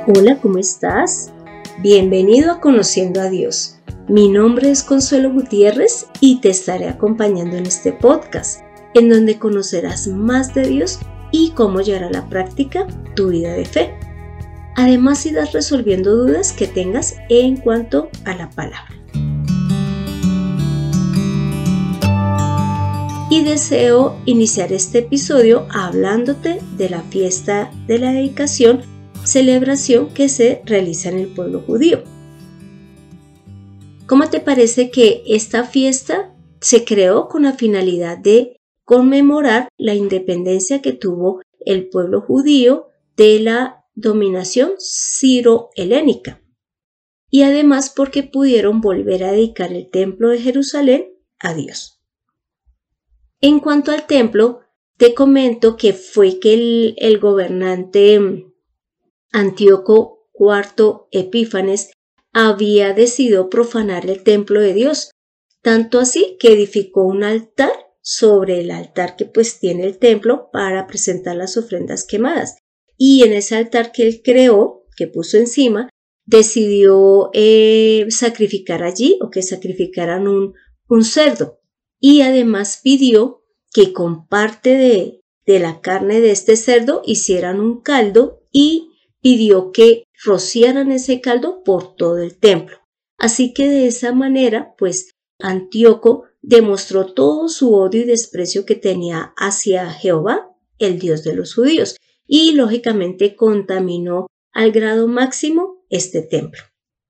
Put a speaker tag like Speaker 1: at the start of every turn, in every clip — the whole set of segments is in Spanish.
Speaker 1: Hola, ¿cómo estás? Bienvenido a Conociendo a Dios. Mi nombre es Consuelo Gutiérrez y te estaré acompañando en este podcast, en donde conocerás más de Dios y cómo llevar a la práctica tu vida de fe. Además, irás resolviendo dudas que tengas en cuanto a la palabra. Y deseo iniciar este episodio hablándote de la fiesta de la dedicación, celebración que se realiza en el pueblo judío. ¿Cómo te parece que esta fiesta se creó con la finalidad de conmemorar la independencia que tuvo el pueblo judío de la dominación ciro-helénica? Y además porque pudieron volver a dedicar el templo de Jerusalén a Dios. En cuanto al templo, te comento que fue que el gobernante Antíoco IV Epífanes había decidido profanar el templo de Dios, tanto así que edificó un altar sobre el altar que tiene el templo para presentar las ofrendas quemadas. Y en ese altar que él creó, que puso encima, decidió sacrificar allí o que sacrificaran un cerdo. Y además pidió que con parte de la carne de este cerdo hicieran un caldo y pidió que rociaran ese caldo por todo el templo. Así que de esa manera, Antíoco demostró todo su odio y desprecio que tenía hacia Jehová, el Dios de los judíos, y lógicamente contaminó al grado máximo este templo.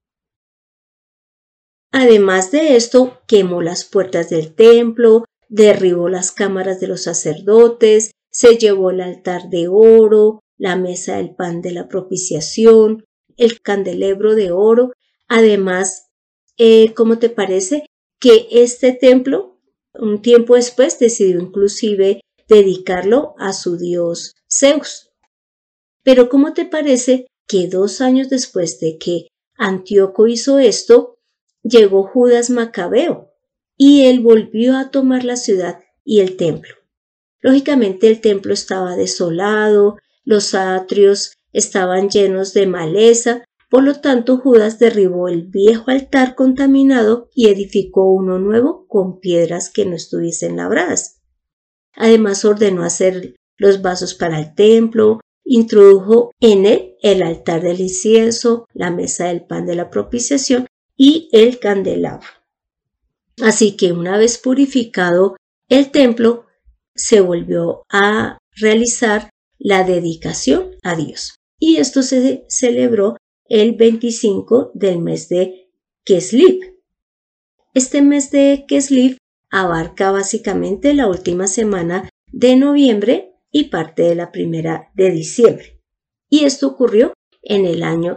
Speaker 1: Además de esto, quemó las puertas del templo, derribó las cámaras de los sacerdotes, se llevó el altar de oro, la mesa del pan de la propiciación, el candelabro de oro. Además, ¿cómo te parece que este templo, un tiempo después, decidió inclusive dedicarlo a su dios Zeus? Pero ¿cómo te parece que 2 años después de que Antíoco hizo esto, llegó Judas Macabeo y él volvió a tomar la ciudad y el templo? Lógicamente el templo estaba desolado, los atrios estaban llenos de maleza, por lo tanto Judas derribó el viejo altar contaminado y edificó uno nuevo con piedras que no estuviesen labradas. Además ordenó hacer los vasos para el templo, introdujo en él el altar del incienso, la mesa del pan de la propiciación y el candelabro. Así que una vez purificado el templo, se volvió a realizar la dedicación a Dios. Y esto se celebró el 25 del mes de Kislev. Este mes de Kislev abarca básicamente la última semana de noviembre y parte de la primera de diciembre. Y esto ocurrió en el año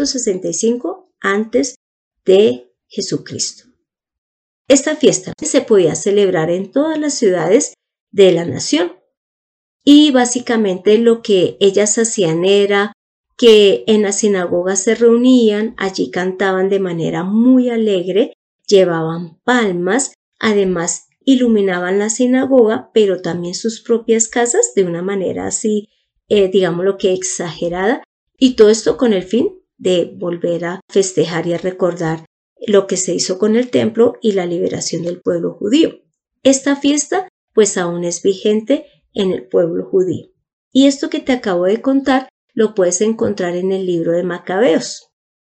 Speaker 1: 165 antes de Jesucristo. Esta fiesta se podía celebrar en todas las ciudades de la nación. Y básicamente lo que ellas hacían era que en las sinagogas se reunían, allí cantaban de manera muy alegre, llevaban palmas, además iluminaban la sinagoga, pero también sus propias casas de una manera así, digámoslo que exagerada, y todo esto con el fin de volver a festejar y a recordar lo que se hizo con el templo y la liberación del pueblo judío. Esta fiesta aún es vigente en el pueblo judío. Y esto que te acabo de contar lo puedes encontrar en el libro de Macabeos.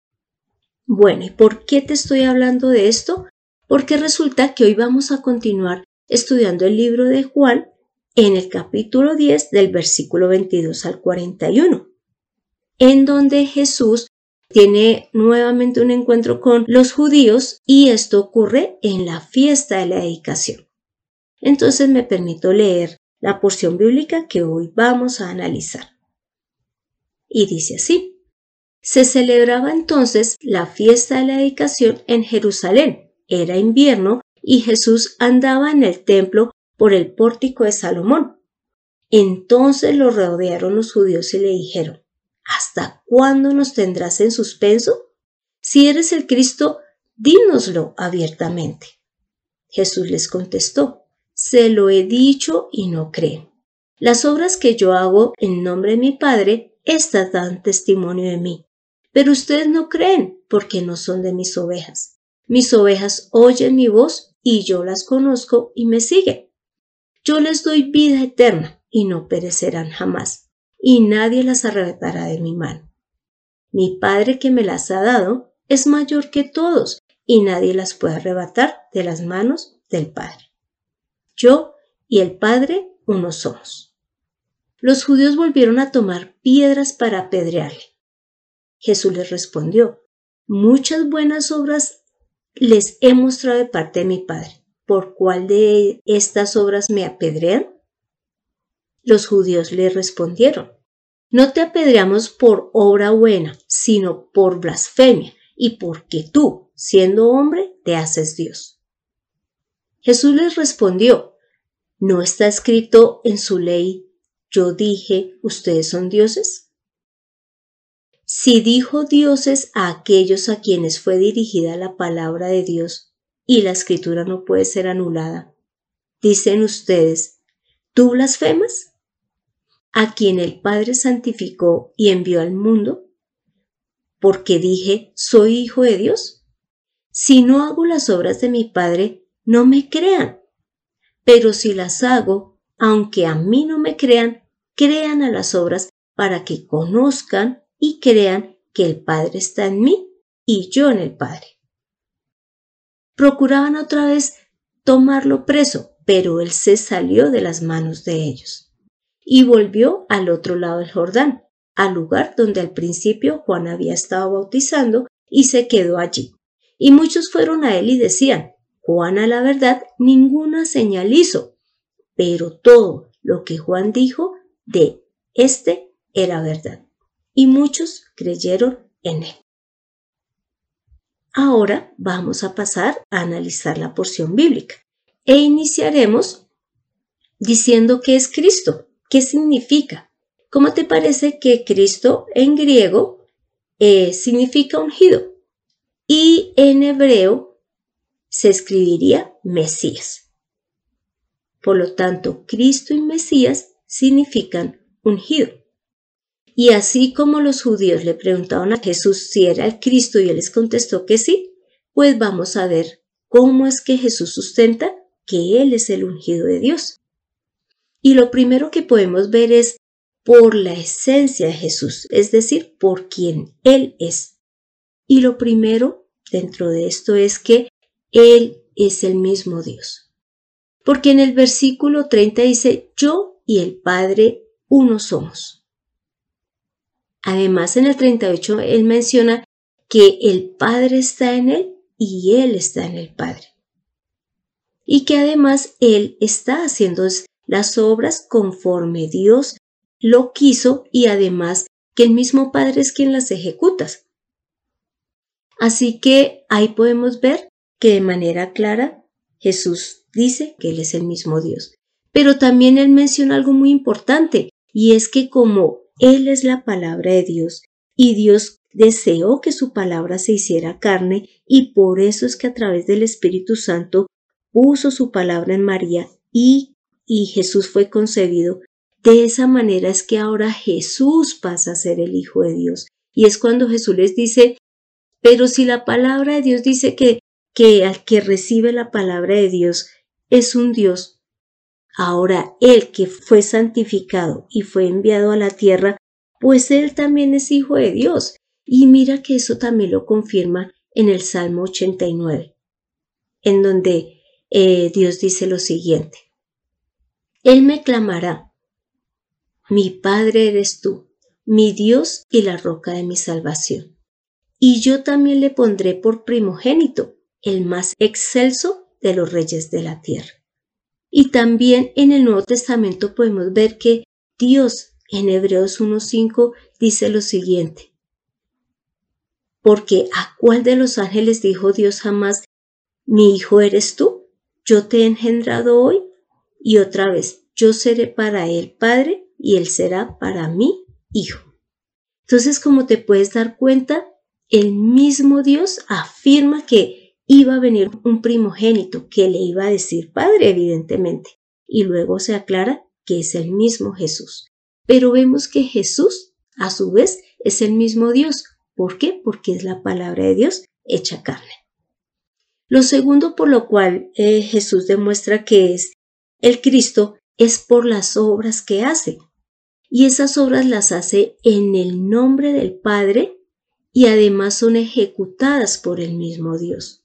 Speaker 1: Bueno, ¿y por qué te estoy hablando de esto? Porque resulta que hoy vamos a continuar estudiando el libro de Juan en el capítulo 10 del versículo 22 al 41, en donde Jesús tiene nuevamente un encuentro con los judíos y esto ocurre en la fiesta de la dedicación. Entonces me permito leer la porción bíblica que hoy vamos a analizar. Y dice así: se celebraba entonces la fiesta de la dedicación en Jerusalén. Era invierno y Jesús andaba en el templo por el pórtico de Salomón. Entonces lo rodearon los judíos y le dijeron: ¿hasta cuándo nos tendrás en suspenso? Si eres el Cristo, dínoslo abiertamente. Jesús les contestó: se lo he dicho y no creen. Las obras que yo hago en nombre de mi Padre, estas dan testimonio de mí, pero ustedes no creen porque no son de mis ovejas. Mis ovejas oyen mi voz y yo las conozco y me siguen. Yo les doy vida eterna y no perecerán jamás, y nadie las arrebatará de mi mano. Mi Padre que me las ha dado es mayor que todos y nadie las puede arrebatar de las manos del Padre. Yo y el Padre uno somos. Los judíos volvieron a tomar piedras para apedrearle. Jesús les respondió: muchas buenas obras les he mostrado de parte de mi Padre. ¿Por cuál de estas obras me apedrean? Los judíos le respondieron: no te apedreamos por obra buena, sino por blasfemia y porque tú, siendo hombre, te haces Dios. Jesús les respondió: ¿no está escrito en su ley, yo dije, ustedes son dioses? Si dijo dioses a aquellos a quienes fue dirigida la palabra de Dios y la escritura no puede ser anulada, dicen ustedes, ¿tú blasfemas? A quien el Padre santificó y envió al mundo, porque dije, soy hijo de Dios. Si no hago las obras de mi Padre, no me crean, pero si las hago, aunque a mí no me crean, crean a las obras para que conozcan y crean que el Padre está en mí y yo en el Padre. Procuraban otra vez tomarlo preso, pero él se salió de las manos de ellos y volvió al otro lado del Jordán, al lugar donde al principio Juan había estado bautizando, y se quedó allí. Y muchos fueron a él y decían: Juan, a la verdad, ninguna señal hizo, pero todo lo que Juan dijo de éste era verdad. Y muchos creyeron en él. Ahora vamos a pasar a analizar la porción bíblica e iniciaremos diciendo qué es Cristo, qué significa. ¿Cómo te parece que Cristo en griego significa ungido? Y en hebreo se escribiría Mesías. Por lo tanto, Cristo y Mesías significan ungido. Y así como los judíos le preguntaban a Jesús si era el Cristo y él les contestó que sí, pues vamos a ver cómo es que Jesús sustenta que él es el ungido de Dios. Y lo primero que podemos ver es por la esencia de Jesús, es decir, por quien él es. Y lo primero dentro de esto es que él es el mismo Dios. Porque en el versículo 30 dice: yo y el Padre uno somos. Además, en el 38 él menciona que el Padre está en él y él está en el Padre. Y que además él está haciendo las obras conforme Dios lo quiso, y además que el mismo Padre es quien las ejecuta. Así que ahí podemos ver que de manera clara Jesús dice que él es el mismo Dios. Pero también él menciona algo muy importante, y es que como él es la palabra de Dios y Dios deseó que su palabra se hiciera carne, y por eso es que a través del Espíritu Santo puso su palabra en María y Jesús fue concebido. De esa manera es que ahora Jesús pasa a ser el Hijo de Dios. Y es cuando Jesús les dice: pero si la palabra de Dios dice que al que recibe la palabra de Dios es un Dios, ahora él que fue santificado y fue enviado a la tierra, pues él también es hijo de Dios. Y mira que eso también lo confirma en el Salmo 89, en donde Dios dice lo siguiente: él me clamará, mi Padre eres tú, mi Dios y la roca de mi salvación. Y yo también le pondré por primogénito, el más excelso de los reyes de la tierra. Y también en el Nuevo Testamento podemos ver que Dios en Hebreos 1:5 dice lo siguiente: porque ¿a cuál de los ángeles dijo Dios jamás: mi hijo eres tú, yo te he engendrado hoy? Y otra vez: yo seré para él padre y él será para mí hijo. Entonces, como te puedes dar cuenta, el mismo Dios afirma que iba a venir un primogénito que le iba a decir padre, evidentemente, y luego se aclara que es el mismo Jesús. Pero vemos que Jesús, a su vez, es el mismo Dios, ¿Por qué? Porque es la palabra de Dios hecha carne. Lo segundo por lo cual Jesús demuestra que es el Cristo es por las obras que hace. Y esas obras las hace en el nombre del Padre y además son ejecutadas por el mismo Dios.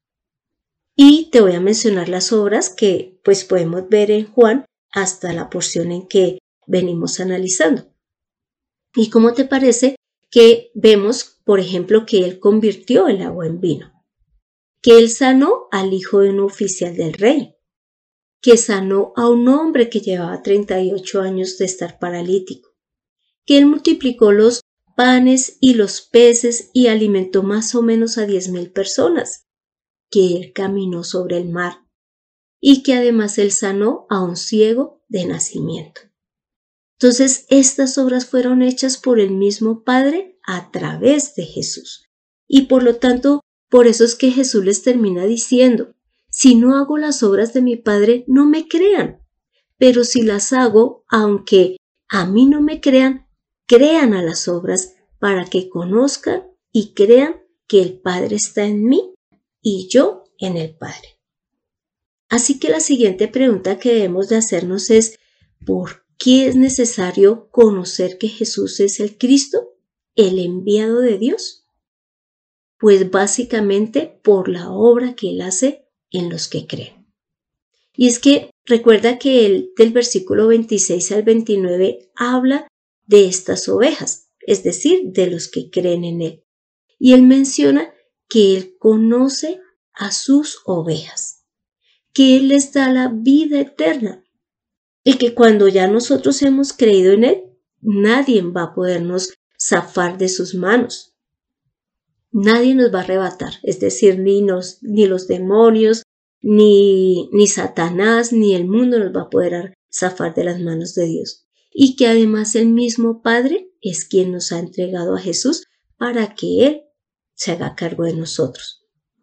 Speaker 1: Y te voy a mencionar las obras que pues podemos ver en Juan hasta la porción en que venimos analizando. ¿Y cómo te parece que vemos, por ejemplo, que Él convirtió el agua en vino? Que Él sanó al hijo de un oficial del rey, que sanó a un hombre que llevaba 38 años de estar paralítico, que Él multiplicó los panes y los peces y alimentó más o menos a 10,000 personas, que Él caminó sobre el mar y que además Él sanó a un ciego de nacimiento. Entonces, estas obras fueron hechas por el mismo Padre a través de Jesús. Y por lo tanto, por eso es que Jesús les termina diciendo, si no hago las obras de mi Padre, no me crean. Pero si las hago, aunque a mí no me crean, crean a las obras para que conozcan y crean que el Padre está en mí y yo en el Padre. Así que la siguiente pregunta que debemos de hacernos es, ¿por qué es necesario conocer que Jesús es el Cristo, el enviado de Dios? Pues básicamente por la obra que Él hace en los que creen. Y es que recuerda que Él del versículo 26 al 29 habla de estas ovejas, es decir, de los que creen en Él. Y Él menciona que Él conoce a sus ovejas, que Él les da la vida eterna y que cuando ya nosotros hemos creído en Él, nadie va a podernos zafar de sus manos. Nadie nos va a arrebatar, es decir, ni los demonios, ni Satanás, ni el mundo nos va a poder zafar de las manos de Dios. Y que además el mismo Padre es quien nos ha entregado a Jesús para que Él se haga cargo de nosotros.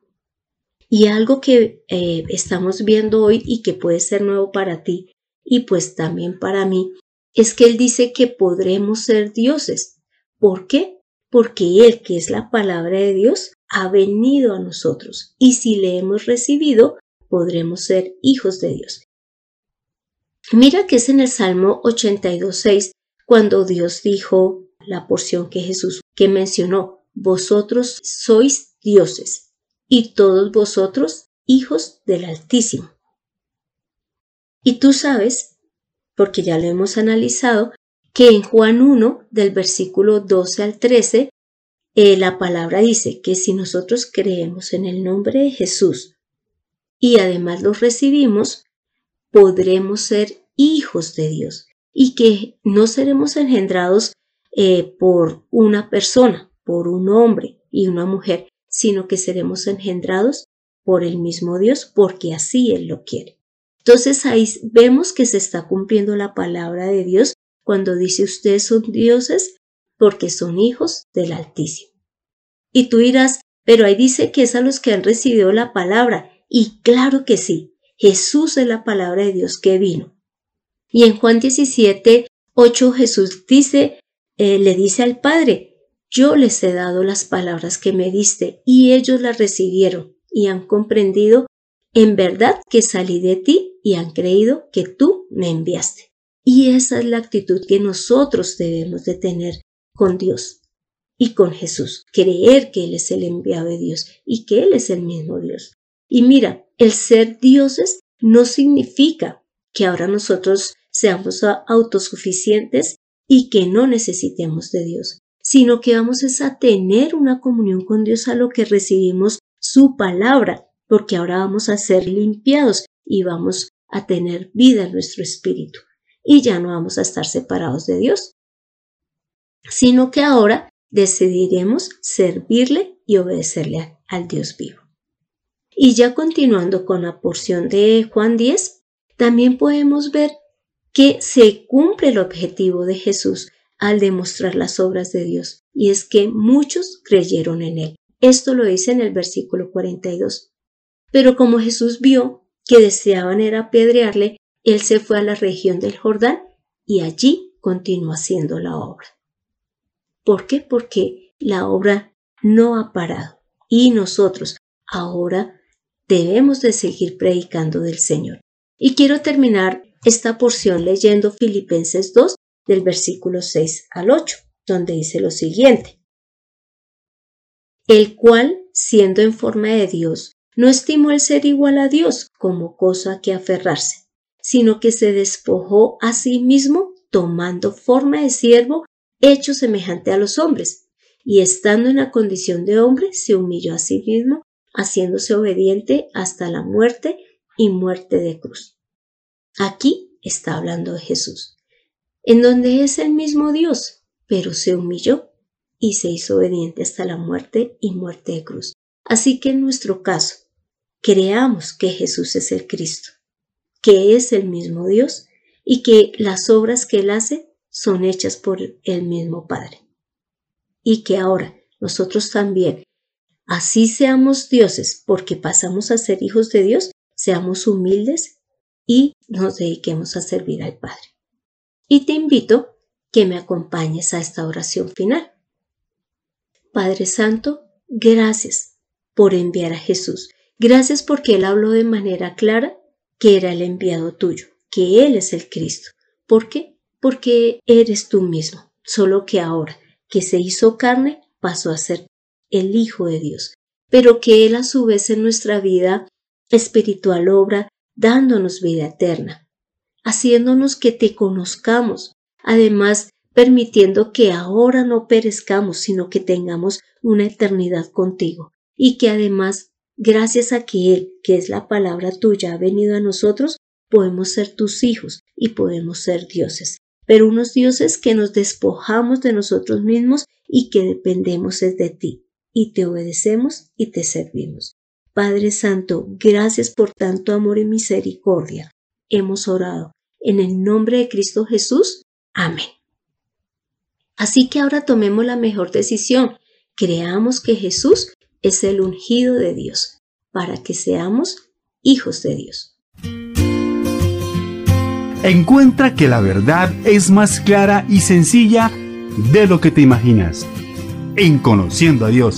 Speaker 1: Y algo que estamos viendo hoy y que puede ser nuevo para ti y pues también para mí, es que Él dice que podremos ser dioses. ¿Por qué? Porque Él, que es la palabra de Dios, ha venido a nosotros y si le hemos recibido, podremos ser hijos de Dios. Mira que es en el Salmo 82:6 cuando Dios dijo la porción que Jesús que mencionó, vosotros sois dioses y todos vosotros hijos del Altísimo. Y tú sabes, porque ya lo hemos analizado, que en Juan 1, del versículo 12 al 13, la palabra dice que si nosotros creemos en el nombre de Jesús y además lo recibimos, podremos ser hijos de Dios y que no seremos engendrados por una persona, por un hombre y una mujer, sino que seremos engendrados por el mismo Dios porque así Él lo quiere. Entonces ahí vemos que se está cumpliendo la palabra de Dios cuando dice ustedes son dioses porque son hijos del Altísimo. Y tú dirás, pero ahí dice que es a los que han recibido la palabra. Y claro que sí, Jesús es la palabra de Dios que vino. Y en Juan 17:8 Jesús dice, le dice al Padre, yo les he dado las palabras que me diste y ellos las recibieron y han comprendido en verdad que salí de ti y han creído que tú me enviaste. Y esa es la actitud que nosotros debemos de tener con Dios y con Jesús, creer que Él es el enviado de Dios y que Él es el mismo Dios. Y mira, el ser dioses no significa que ahora nosotros seamos autosuficientes y que no necesitemos de Dios, sino que vamos a tener una comunión con Dios a lo que recibimos su palabra, porque ahora vamos a ser limpiados y vamos a tener vida en nuestro espíritu y ya no vamos a estar separados de Dios, sino que ahora decidiremos servirle y obedecerle al Dios vivo. Y ya continuando con la porción de Juan 10, también podemos ver que se cumple el objetivo de Jesús al demostrar las obras de Dios, y es que muchos creyeron en Él. Esto lo dice en el versículo 42. Pero como Jesús vio que deseaban era apedrearle, Él se fue a la región del Jordán y allí continuó haciendo la obra. ¿Por qué? Porque la obra no ha parado y nosotros ahora debemos de seguir predicando del Señor. Y quiero terminar esta porción leyendo Filipenses 2 del versículo 6 al 8, donde dice lo siguiente: el cual, siendo en forma de Dios, no estimó el ser igual a Dios como cosa a que aferrarse, sino que se despojó a sí mismo, tomando forma de siervo, hecho semejante a los hombres, y estando en la condición de hombre, se humilló a sí mismo, haciéndose obediente hasta la muerte y muerte de cruz. Aquí está hablando de Jesús, en donde es el mismo Dios, pero se humilló y se hizo obediente hasta la muerte y muerte de cruz. Así que en nuestro caso, creamos que Jesús es el Cristo, que es el mismo Dios y que las obras que Él hace son hechas por el mismo Padre. Y que ahora nosotros también, así seamos dioses porque pasamos a ser hijos de Dios, seamos humildes y nos dediquemos a servir al Padre. Y te invito que me acompañes a esta oración final. Padre Santo, gracias por enviar a Jesús. Gracias porque Él habló de manera clara que era el enviado tuyo, que Él es el Cristo. ¿Por qué? Porque eres tú mismo, solo que ahora que se hizo carne pasó a ser el Hijo de Dios, pero que Él a su vez en nuestra vida espiritual obra dándonos vida eterna, haciéndonos que te conozcamos, además permitiendo que ahora no perezcamos, sino que tengamos una eternidad contigo y que además, gracias a que Él, que es la palabra tuya, ha venido a nosotros, podemos ser tus hijos y podemos ser dioses, pero unos dioses que nos despojamos de nosotros mismos y que dependemos es de ti y te obedecemos y te servimos. Padre Santo, gracias por tanto amor y misericordia. Hemos orado en el nombre de Cristo Jesús. Amén. Así que ahora tomemos la mejor decisión. Creamos que Jesús es el ungido de Dios para que seamos hijos de Dios.
Speaker 2: Encuentra que la verdad es más clara y sencilla de lo que te imaginas en Conociendo a Dios.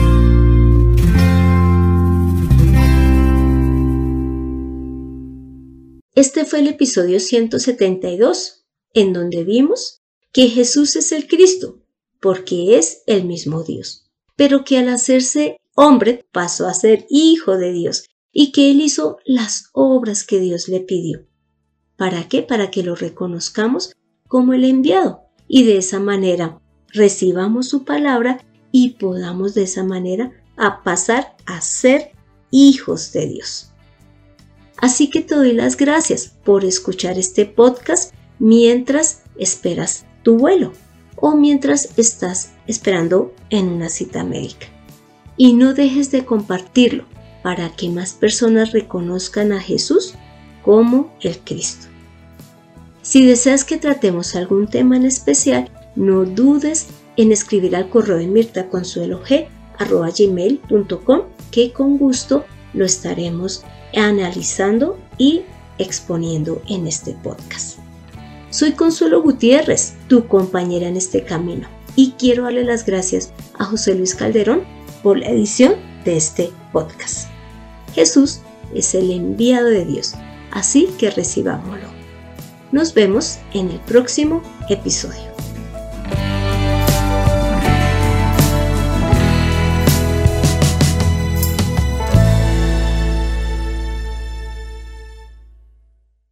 Speaker 1: Este fue el episodio 172, en donde vimos que Jesús es el Cristo, porque es el mismo Dios, pero que al hacerse hombre pasó a ser hijo de Dios y que Él hizo las obras que Dios le pidió. ¿Para qué? Para que lo reconozcamos como el enviado y de esa manera recibamos su palabra y podamos de esa manera pasar a ser hijos de Dios. Así que te doy las gracias por escuchar este podcast mientras esperas tu vuelo o mientras estás esperando en una cita médica. Y no dejes de compartirlo para que más personas reconozcan a Jesús como el Cristo. Si deseas que tratemos algún tema en especial, no dudes en escribir al correo de mirtaconsuelog@gmail.com, que con gusto lo estaremos analizando y exponiendo en este podcast. Soy Consuelo Gutiérrez, tu compañera en este camino, y quiero darle las gracias a José Luis Calderón por la edición de este podcast. Jesús es el enviado de Dios, así que recibámoslo. Nos vemos en el próximo episodio.